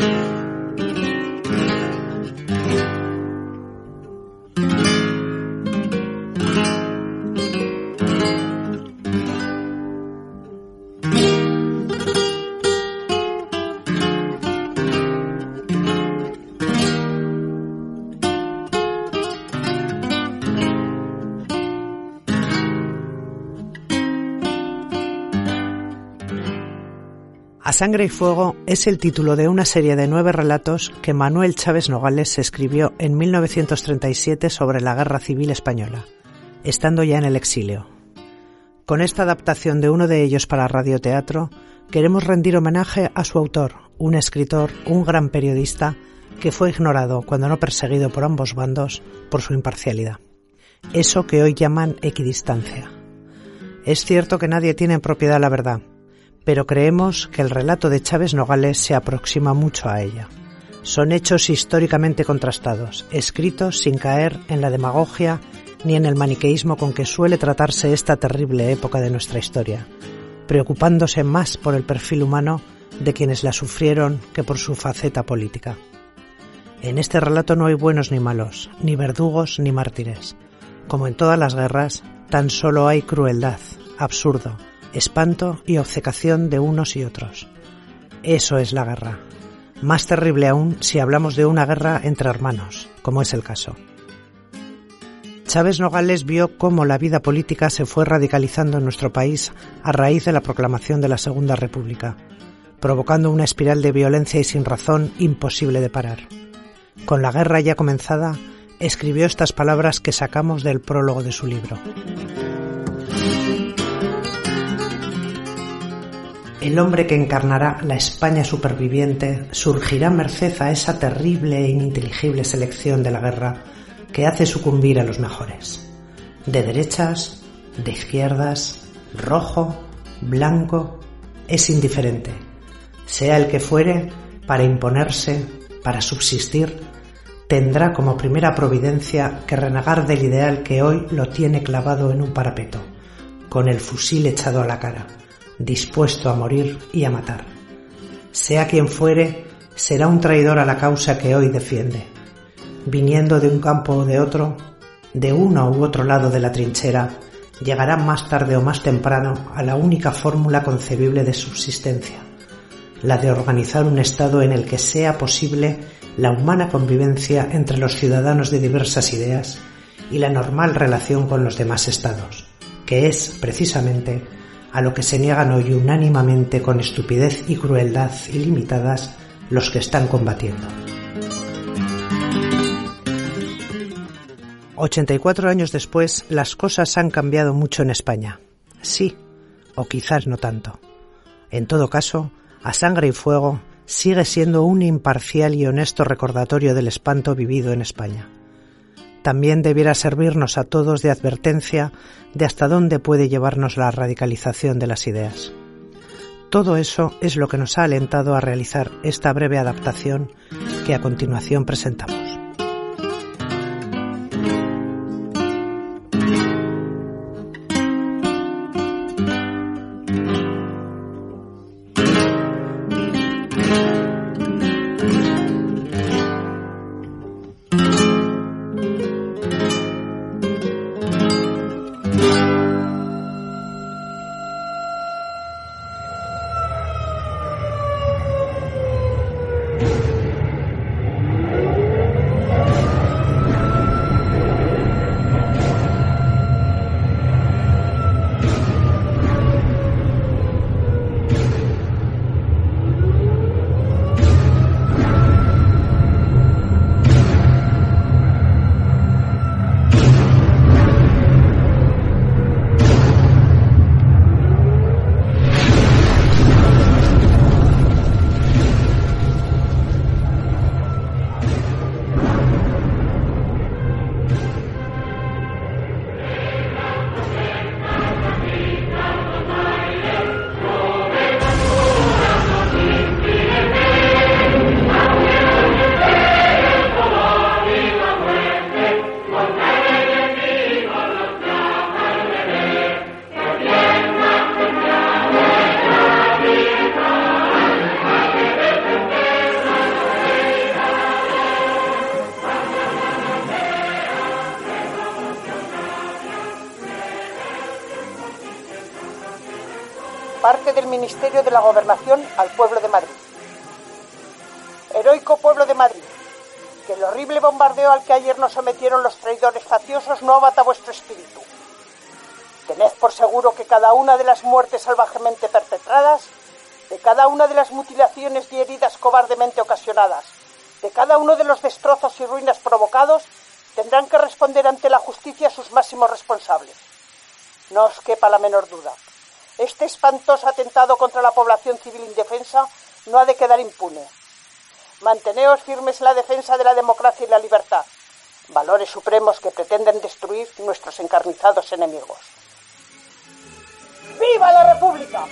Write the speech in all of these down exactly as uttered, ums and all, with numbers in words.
A sangre y fuego es el título de una serie de nueve relatos que Manuel Chaves Nogales escribió en mil novecientos treinta y siete sobre la Guerra Civil Española, estando ya en el exilio. Con esta adaptación de uno de ellos para radioteatro, queremos rendir homenaje a su autor, un escritor, un gran periodista, que fue ignorado, cuando no perseguido por ambos bandos, por su imparcialidad. Eso que hoy llaman equidistancia. Es cierto que nadie tiene en propiedad la verdad, pero creemos que el relato de Chaves Nogales se aproxima mucho a ella. Son hechos históricamente contrastados, escritos sin caer en la demagogia ni en el maniqueísmo con que suele tratarse esta terrible época de nuestra historia, preocupándose más por el perfil humano de quienes la sufrieron que por su faceta política. En este relato no hay buenos ni malos, ni verdugos ni mártires. Como en todas las guerras, tan solo hay crueldad, absurdo, espanto y obcecación de unos y otros. Eso es la guerra. Más terrible aún si hablamos de una guerra entre hermanos, como es el caso. Chaves Nogales vio cómo la vida política se fue radicalizando en nuestro país a raíz de la proclamación de la Segunda República, provocando una espiral de violencia y sin razón imposible de parar. Con la guerra ya comenzada, escribió estas palabras que sacamos del prólogo de su libro. El hombre que encarnará la España superviviente surgirá merced a esa terrible e ininteligible selección de la guerra que hace sucumbir a los mejores. De derechas, de izquierdas, rojo, blanco, es indiferente. Sea el que fuere, para imponerse, para subsistir, tendrá como primera providencia que renegar del ideal que hoy lo tiene clavado en un parapeto, con el fusil echado a la cara, dispuesto a morir y a matar. Sea quien fuere, será un traidor a la causa que hoy defiende. Viniendo de un campo o de otro, de uno u otro lado de la trinchera, llegará más tarde o más temprano a la única fórmula concebible de subsistencia, la de organizar un Estado en el que sea posible la humana convivencia entre los ciudadanos de diversas ideas y la normal relación con los demás Estados, que es, precisamente, a lo que se niegan hoy unánimemente con estupidez y crueldad ilimitadas los que están combatiendo. ochenta y cuatro años después, las cosas han cambiado mucho en España. Sí, o quizás no tanto. En todo caso, A sangre y fuego sigue siendo un imparcial y honesto recordatorio del espanto vivido en España. También debiera servirnos a todos de advertencia de hasta dónde puede llevarnos la radicalización de las ideas. Todo eso es lo que nos ha alentado a realizar esta breve adaptación que a continuación presentamos. parte del Ministerio de la Gobernación al pueblo de Madrid. Heroico pueblo de Madrid, que el horrible bombardeo al que ayer nos sometieron los traidores facciosos no abata vuestro espíritu. Tened por seguro que cada una de las muertes salvajemente perpetradas, de cada una de las mutilaciones y heridas cobardemente ocasionadas, de cada uno de los destrozos y ruinas provocados, tendrán que responder ante la justicia sus máximos responsables. No os quepa la menor duda. Este espantoso atentado contra la población civil indefensa no ha de quedar impune. Manteneos firmes en la defensa de la democracia y la libertad, valores supremos que pretenden destruir nuestros encarnizados enemigos. ¡Viva la República!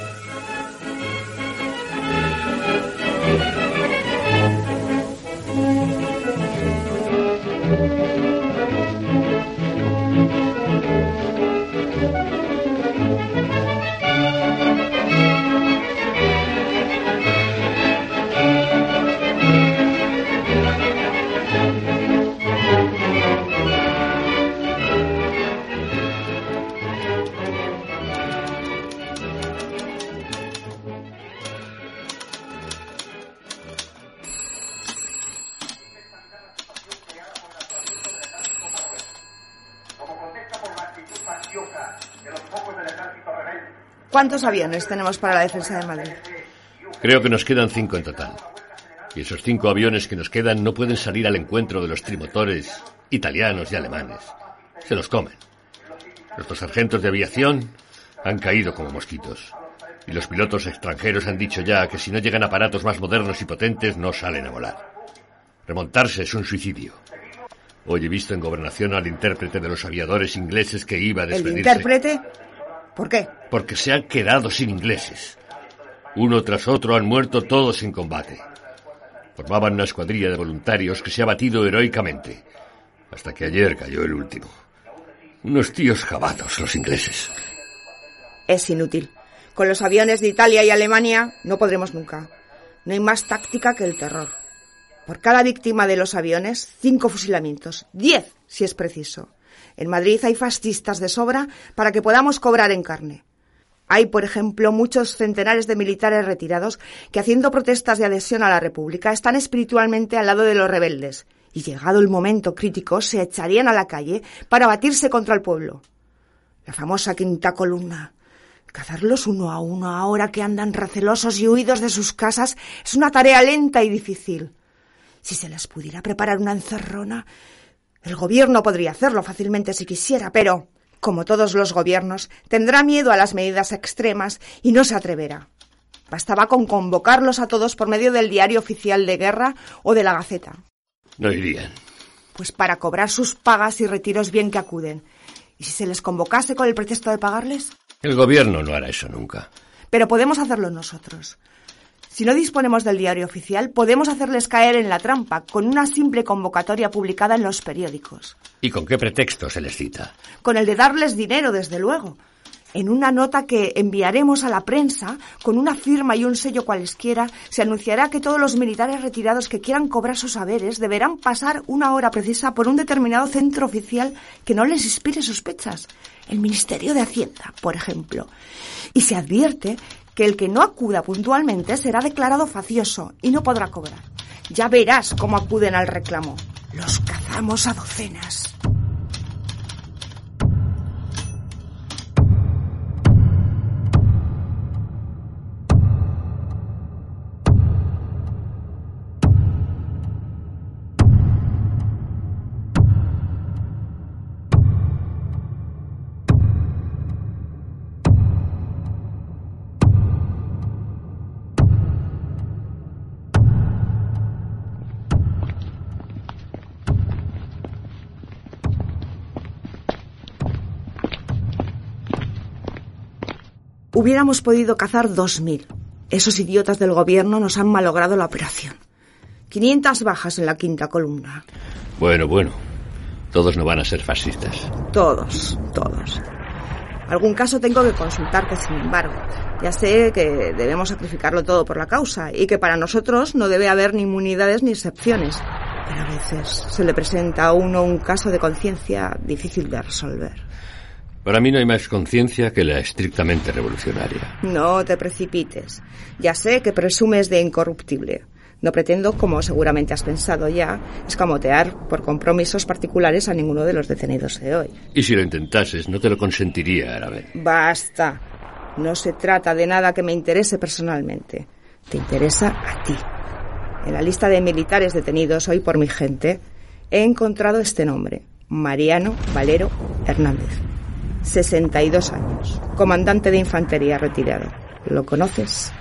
¿Cuántos aviones tenemos para la defensa de Madrid? Creo que nos quedan cinco en total. Y esos cinco aviones que nos quedan no pueden salir al encuentro de los trimotores italianos y alemanes. Se los comen. Nuestros sargentos de aviación han caído como mosquitos. Y los pilotos extranjeros han dicho ya que si no llegan aparatos más modernos y potentes no salen a volar. Remontarse es un suicidio. Hoy he visto en Gobernación al intérprete de los aviadores ingleses que iba a despedirse. ¿El intérprete? ¿Por qué? Porque se han quedado sin ingleses. Uno tras otro han muerto todos en combate. Formaban una escuadrilla de voluntarios que se ha batido heroicamente. Hasta que ayer cayó el último. Unos tíos jabados, los ingleses. Es inútil. Con los aviones de Italia y Alemania no podremos nunca. No hay más táctica que el terror. Por cada víctima de los aviones, cinco fusilamientos. Diez, si es preciso. En Madrid hay fascistas de sobra para que podamos cobrar en carne. Hay, por ejemplo, muchos centenares de militares retirados que, haciendo protestas de adhesión a la República, están espiritualmente al lado de los rebeldes y, llegado el momento crítico, se echarían a la calle para batirse contra el pueblo. La famosa quinta columna. Cazarlos uno a uno ahora que andan recelosos y huidos de sus casas es una tarea lenta y difícil. Si se les pudiera preparar una encerrona, el gobierno podría hacerlo fácilmente si quisiera, pero, como todos los gobiernos, tendrá miedo a las medidas extremas y no se atreverá. Bastaba con convocarlos a todos por medio del diario oficial de guerra o de la Gaceta. No irían. Pues para cobrar sus pagas y retiros bien que acuden. ¿Y si se les convocase con el pretexto de pagarles? El gobierno no hará eso nunca. Pero podemos hacerlo nosotros. Si no disponemos del diario oficial, podemos hacerles caer en la trampa con una simple convocatoria publicada en los periódicos. ¿Y con qué pretexto se les cita? Con el de darles dinero, desde luego. En una nota que enviaremos a la prensa, con una firma y un sello cualesquiera, se anunciará que todos los militares retirados que quieran cobrar sus haberes deberán pasar una hora precisa por un determinado centro oficial que no les inspire sospechas. El Ministerio de Hacienda, por ejemplo. Y se advierte que el que no acuda puntualmente será declarado facioso y no podrá cobrar. Ya verás cómo acuden al reclamo. Los cazamos a docenas. Hubiéramos podido cazar dos mil. Esos idiotas del gobierno nos han malogrado la operación. quinientas bajas en la quinta columna. Bueno, bueno. Todos no van a ser fascistas. Todos, todos. Algún caso tengo que consultarte, sin embargo. Ya sé que debemos sacrificarlo todo por la causa y que para nosotros no debe haber ni inmunidades ni excepciones. Pero a veces se le presenta a uno un caso de conciencia difícil de resolver. Para mí no hay más conciencia que la estrictamente revolucionaria. No te precipites. Ya sé que presumes de incorruptible. No pretendo, como seguramente has pensado ya, escamotear por compromisos particulares a ninguno de los detenidos de hoy. Y si lo intentases, no te lo consentiría, Arabel. Basta. No se trata de nada que me interese personalmente. Te interesa a ti. En la lista de militares detenidos hoy por mi gente, he encontrado este nombre. Mariano Valero Hernández. sesenta y dos años. Comandante de infantería retirado. ¿Lo conoces?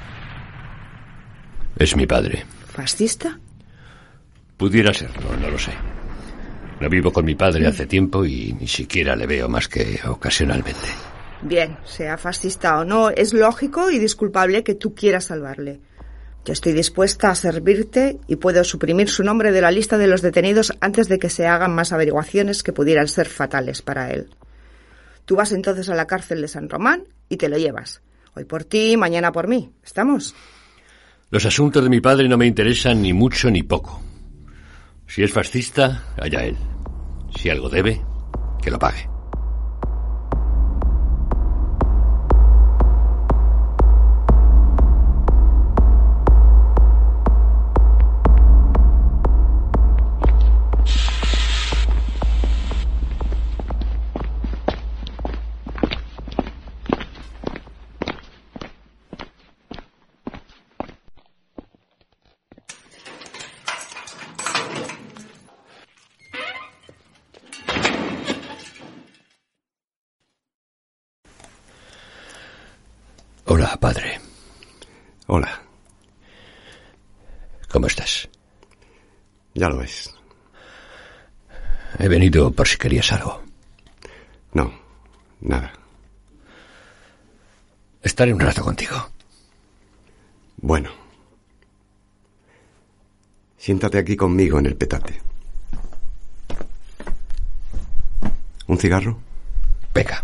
Es mi padre. ¿Fascista? Pudiera serlo, no lo sé. No vivo con mi padre hace tiempo y ni siquiera le veo más que ocasionalmente. Bien, sea fascista o no, es lógico y disculpable que tú quieras salvarle. Yo estoy dispuesta a servirte y puedo suprimir su nombre de la lista de los detenidos antes de que se hagan más averiguaciones que pudieran ser fatales para él. Tú vas entonces a la cárcel de San Román y te lo llevas. Hoy por ti, mañana por mí. ¿Estamos? Los asuntos de mi padre no me interesan ni mucho ni poco. Si es fascista, allá él. Si algo debe, que lo pague. Hola, padre. Hola. ¿Cómo estás? Ya lo ves. He venido por si querías algo. No, nada. Estaré un rato contigo. Bueno. Siéntate aquí conmigo en el petate. ¿Un cigarro? Venga.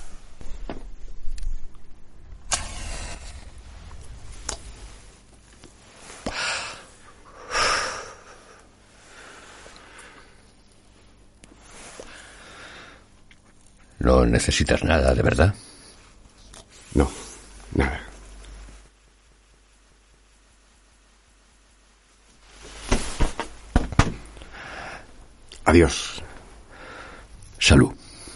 ¿No necesitas nada, de verdad? No, nada. Adiós. Salud.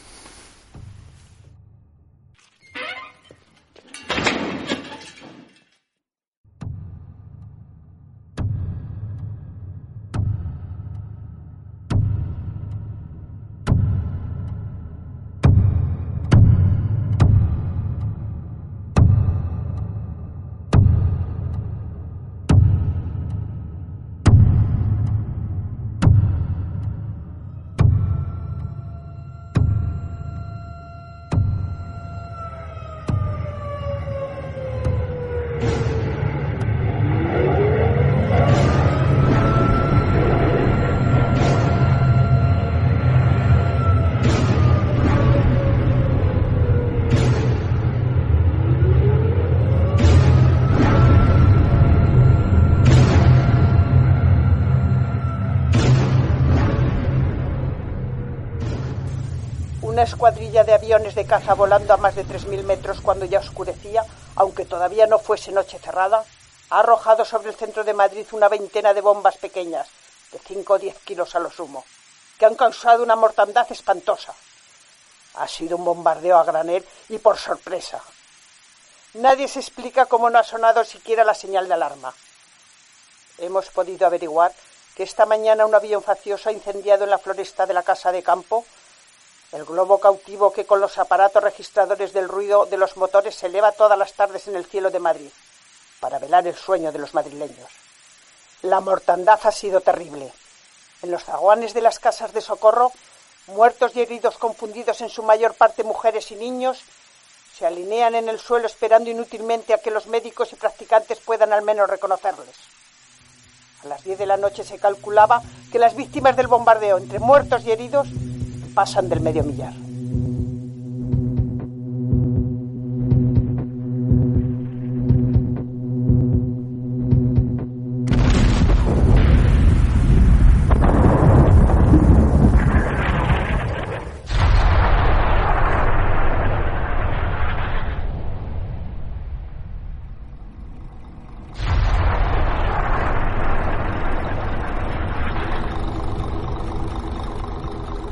Una escuadrilla de aviones de caza volando a más de tres mil metros cuando ya oscurecía, aunque todavía no fuese noche cerrada, ha arrojado sobre el centro de Madrid una veintena de bombas pequeñas, de cinco o diez kilos a lo sumo, que han causado una mortandad espantosa. Ha sido un bombardeo a granel y por sorpresa. Nadie se explica cómo no ha sonado siquiera la señal de alarma. Hemos podido averiguar que esta mañana un avión faccioso ha incendiado en la floresta de la Casa de Campo el globo cautivo que con los aparatos registradores del ruido de los motores se eleva todas las tardes en el cielo de Madrid, para velar el sueño de los madrileños. La mortandad ha sido terrible. En los zaguanes de las casas de socorro, muertos y heridos confundidos, en su mayor parte mujeres y niños, se alinean en el suelo esperando inútilmente a que los médicos y practicantes puedan al menos reconocerles. A las diez de la noche se calculaba que las víctimas del bombardeo, entre muertos y heridos, pasan del medio millar.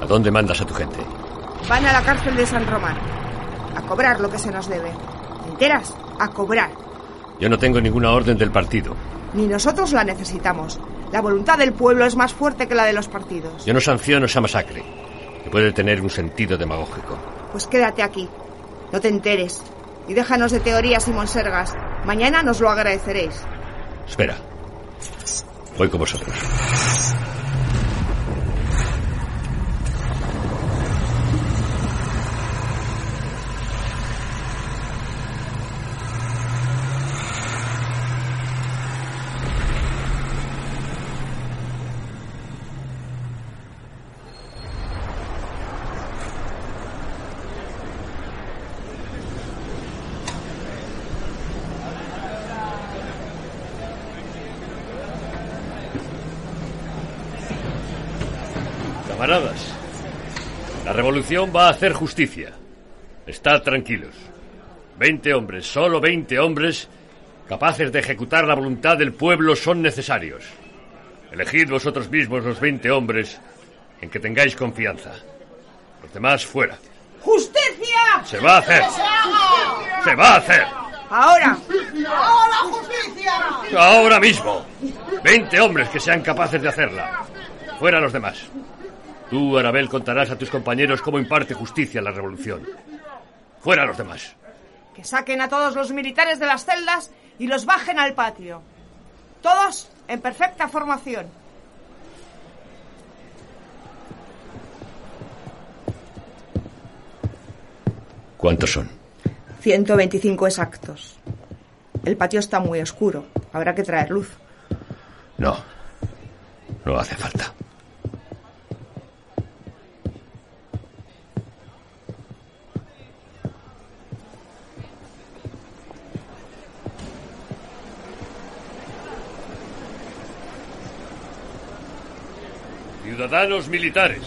dónde mandas a tu gente? Van a la cárcel de San Román. A cobrar lo que se nos debe. ¿Te enteras? A cobrar. Yo no tengo ninguna orden del partido. Ni nosotros la necesitamos. La voluntad del pueblo es más fuerte que la de los partidos. Yo no sanciono esa masacre, que puede tener un sentido demagógico. Pues quédate aquí. No te enteres. Y déjanos de teorías y monsergas. Mañana nos lo agradeceréis. Espera. Voy con vosotros. Camaradas, la revolución va a hacer justicia. Estad tranquilos. Veinte hombres, solo veinte hombres, capaces de ejecutar la voluntad del pueblo son necesarios. Elegid vosotros mismos los veinte hombres en que tengáis confianza. Los demás fuera. ¡Justicia! ¡Se va a hacer! ¡Se va a hacer! ¡Ahora! ¡Ahora justicia! ¡Ahora mismo! Veinte hombres que sean capaces de hacerla. Fuera los demás. Tú, Arabel, contarás a tus compañeros cómo imparte justicia la revolución. Fuera los demás. Que saquen a todos los militares de las celdas y los bajen al patio. Todos en perfecta formación. ¿Cuántos son? ciento veinticinco exactos. El patio está muy oscuro. Habrá que traer luz. No. No hace falta. Ciudadanos militares.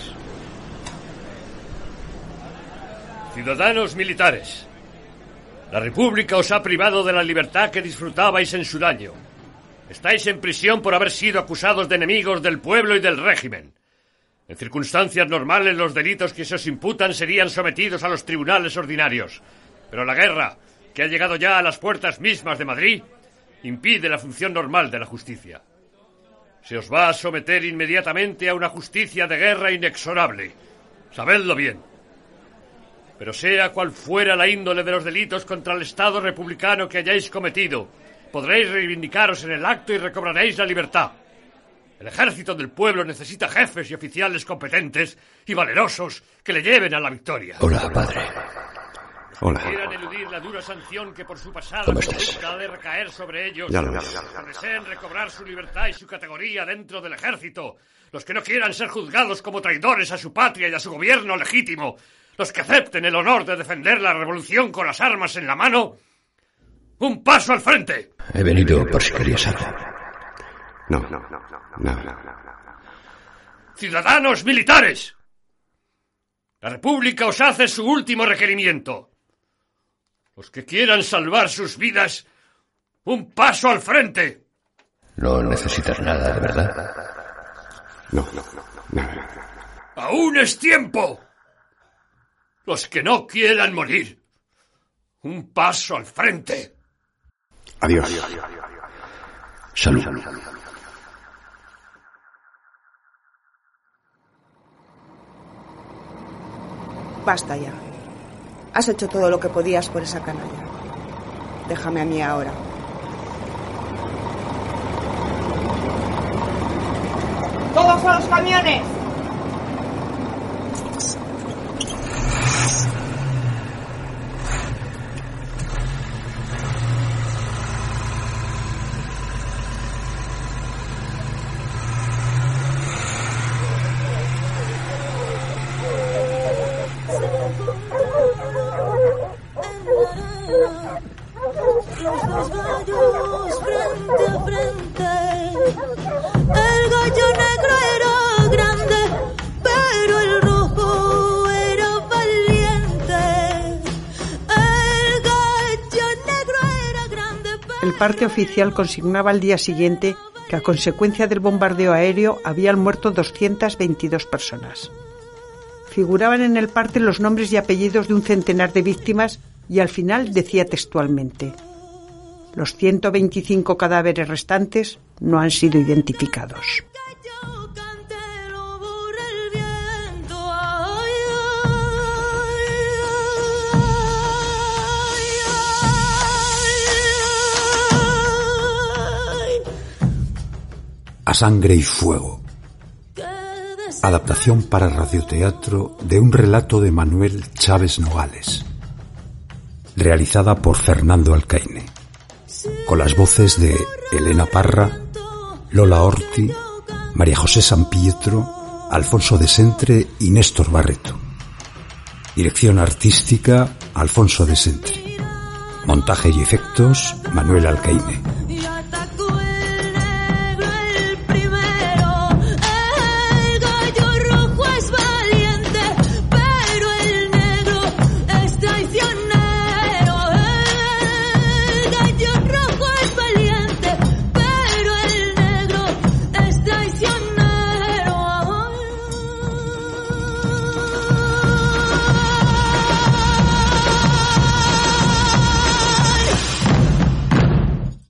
Ciudadanos militares. La República os ha privado de la libertad que disfrutabais en su daño. Estáis en prisión por haber sido acusados de enemigos del pueblo y del régimen. En circunstancias normales, los delitos que se os imputan serían sometidos a los tribunales ordinarios. Pero la guerra, que ha llegado ya a las puertas mismas de Madrid, impide la función normal de la justicia. Se os va a someter inmediatamente a una justicia de guerra inexorable. Sabedlo bien. Pero sea cual fuera la índole de los delitos contra el Estado republicano que hayáis cometido, podréis reivindicaros en el acto y recobraréis la libertad. El ejército del pueblo necesita jefes y oficiales competentes y valerosos que le lleven a la victoria. Hola, padre. Hola. Quieran eludir la dura sanción que por su pasada ¿Cómo conducta estás? ha de recaer sobre ellos. Ya lo veo. Los que deseen recobrar su libertad y su categoría dentro del ejército. Los que no quieran ser juzgados como traidores a su patria y a su gobierno legítimo. Los que acepten el honor de defender la revolución con las armas en la mano. ¡Un paso al frente! He venido por si querías algo. No, no, no, nada. ¡Ciudadanos militares! La República os hace su último requerimiento. Los que quieran salvar sus vidas, ¡un paso al frente! No necesitas nada, ¿de verdad? No, no, no, nada. ¡Aún es tiempo! Los que no quieran morir, ¡un paso al frente! Adiós. Salud. Basta ya. Has hecho todo lo que podías por esa canalla. Déjame a mí ahora. ¡Todos a los camiones! Los dos gallos frente a frente. El gallo negro era grande, pero el rojo era valiente. El gallo negro era grande, pero El parte oficial consignaba al día siguiente que a consecuencia del bombardeo aéreo habían muerto doscientas veintidós personas. figuraban en el parte los nombres y apellidos de un centenar de víctimas y al final decía textualmente: los ciento veinticinco cadáveres restantes no han sido identificados. A sangre y fuego. Adaptación para radioteatro de un relato de Manuel Chaves Nogales. Realizada por Fernando Alcaine. Con las voces de Elena Parra, Lola Orti, María José Sampietro, Alfonso de Sentre y Néstor Barreto. Dirección artística, Alfonso de Sentre. Montaje y efectos, Manuel Alcaine.